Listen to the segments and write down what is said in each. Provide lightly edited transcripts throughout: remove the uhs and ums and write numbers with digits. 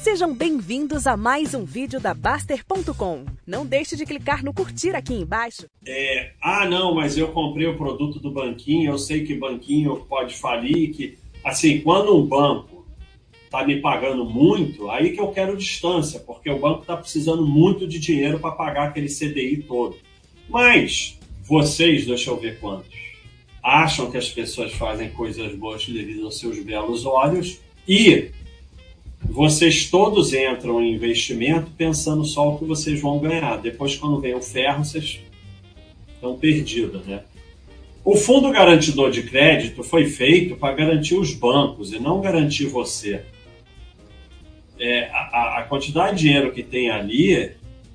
Sejam bem-vindos a mais um vídeo da Baster.com. Não deixe de clicar no curtir aqui embaixo. Não, mas eu comprei o produto do banquinho, eu sei que banquinho pode falir, que assim, quando um banco está me pagando muito, aí que eu quero distância, porque o banco está precisando muito de dinheiro para pagar aquele CDI todo. Mas vocês, deixa eu ver quantos, acham que as pessoas fazem coisas boas devido aos seus belos olhos e vocês todos entram em investimento pensando só o que vocês vão ganhar. Depois, quando vem o ferro, vocês estão perdidos, né? O fundo garantidor de crédito foi feito para garantir os bancos e não garantir você. A quantidade de dinheiro que tem ali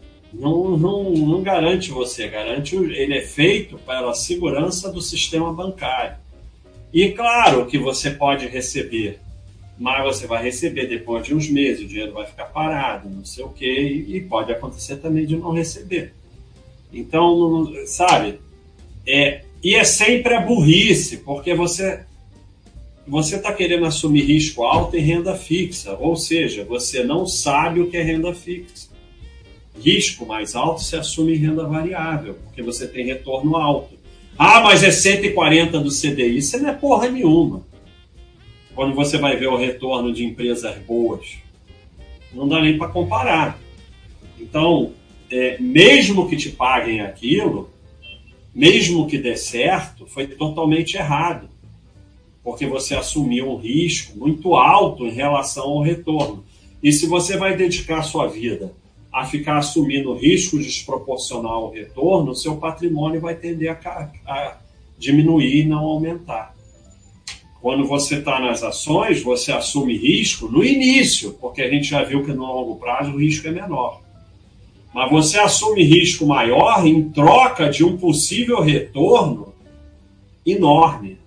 não garante você, ele é feito pela segurança do sistema bancário. E claro que você pode receber, mas você vai receber depois de uns meses, o dinheiro vai ficar parado, não sei o quê, e pode acontecer também de não receber. Então, sabe, e é sempre a burrice, porque você está querendo assumir risco alto em renda fixa, ou seja, você não sabe o que é renda fixa. Risco mais alto se assume em renda variável, porque você tem retorno alto. Ah, mas é 140 do CDI, isso não é porra nenhuma. Quando você vai ver o retorno de empresas boas, não dá nem para comparar. Então, mesmo que te paguem aquilo, mesmo que dê certo, foi totalmente errado, porque você assumiu um risco muito alto em relação ao retorno. E se você vai dedicar a sua vida a ficar assumindo risco desproporcional ao retorno, seu patrimônio vai tender a diminuir e não aumentar. Quando você está nas ações, você assume risco no início, porque a gente já viu que no longo prazo o risco é menor. Mas você assume risco maior em troca de um possível retorno enorme.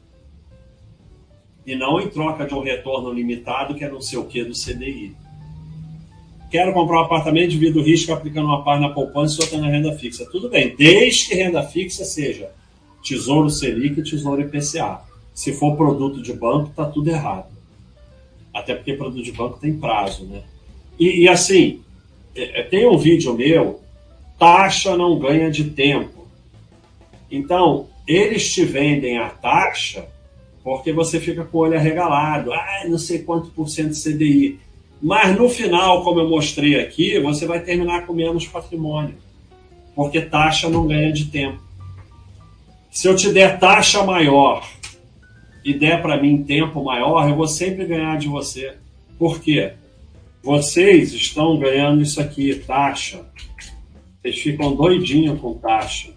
E não em troca de um retorno limitado, que é não sei o que do CDI. Quero comprar um apartamento, divido o risco aplicando uma parte na poupança e outra na renda fixa. Tudo bem, desde que renda fixa seja Tesouro Selic e Tesouro IPCA. Se for produto de banco, está tudo errado. Até porque produto de banco tem prazo, né? E assim, tem um vídeo meu, taxa não ganha de tempo. Então, eles te vendem a taxa porque você fica com o olho arregalado. Não sei quanto por cento de CDI. Mas no final, como eu mostrei aqui, você vai terminar com menos patrimônio. Porque taxa não ganha de tempo. Se eu te der taxa maior e der para mim tempo maior, eu vou sempre ganhar de você. Por quê? Vocês estão ganhando isso aqui, taxa. Vocês ficam doidinhos com taxa.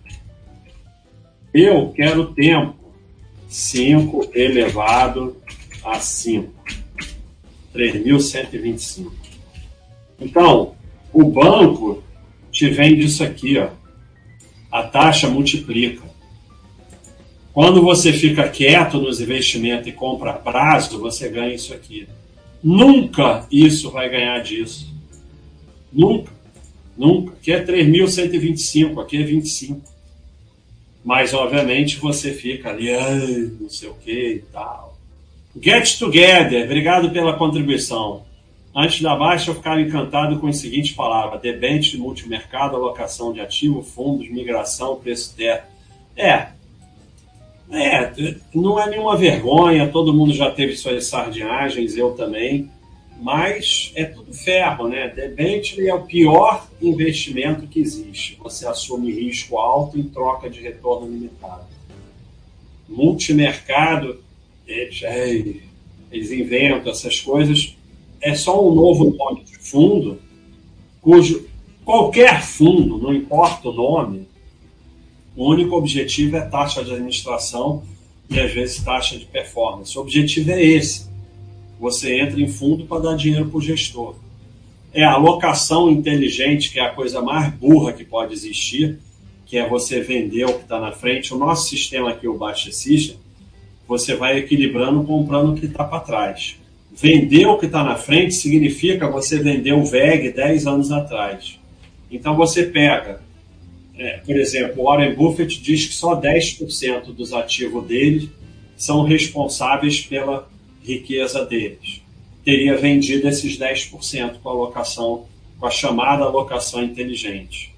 Eu quero tempo. 5 elevado a 5. 3.125. Então, o banco te vende isso aqui, ó. A taxa multiplica. Quando você fica quieto nos investimentos e compra a prazo, você ganha isso aqui. Nunca isso vai ganhar disso. Nunca. Nunca. Aqui é 3.125, aqui é 25. Mas, obviamente, você fica ali, não sei o que e tal. Get Together, obrigado pela contribuição. Antes da baixa, eu ficava encantado com as seguintes palavras: debênture, multimercado, alocação de ativo, fundos, migração, preço teto. Não é nenhuma vergonha, todo mundo já teve suas sardinhagens, eu também, mas é tudo ferro, né? Debênture é o pior investimento que existe. Você assume risco alto em troca de retorno limitado. Multimercado, eles inventam essas coisas, é só um novo nome de fundo, cujo qualquer fundo, não importa o nome, o único objetivo é taxa de administração e às vezes taxa de performance. O objetivo é esse. Você entra em fundo para dar dinheiro para o gestor. É a alocação inteligente, que é a coisa mais burra que pode existir, que é você vender o que está na frente. O nosso sistema aqui, o Baixa System, você vai equilibrando, comprando o que está para trás. Vender o que está na frente significa você vender o VEG 10 anos atrás. Então você pega, por exemplo, o Warren Buffett diz que só 10% dos ativos dele são responsáveis pela riqueza deles. teria vendido esses 10% com a alocação, com a chamada alocação inteligente.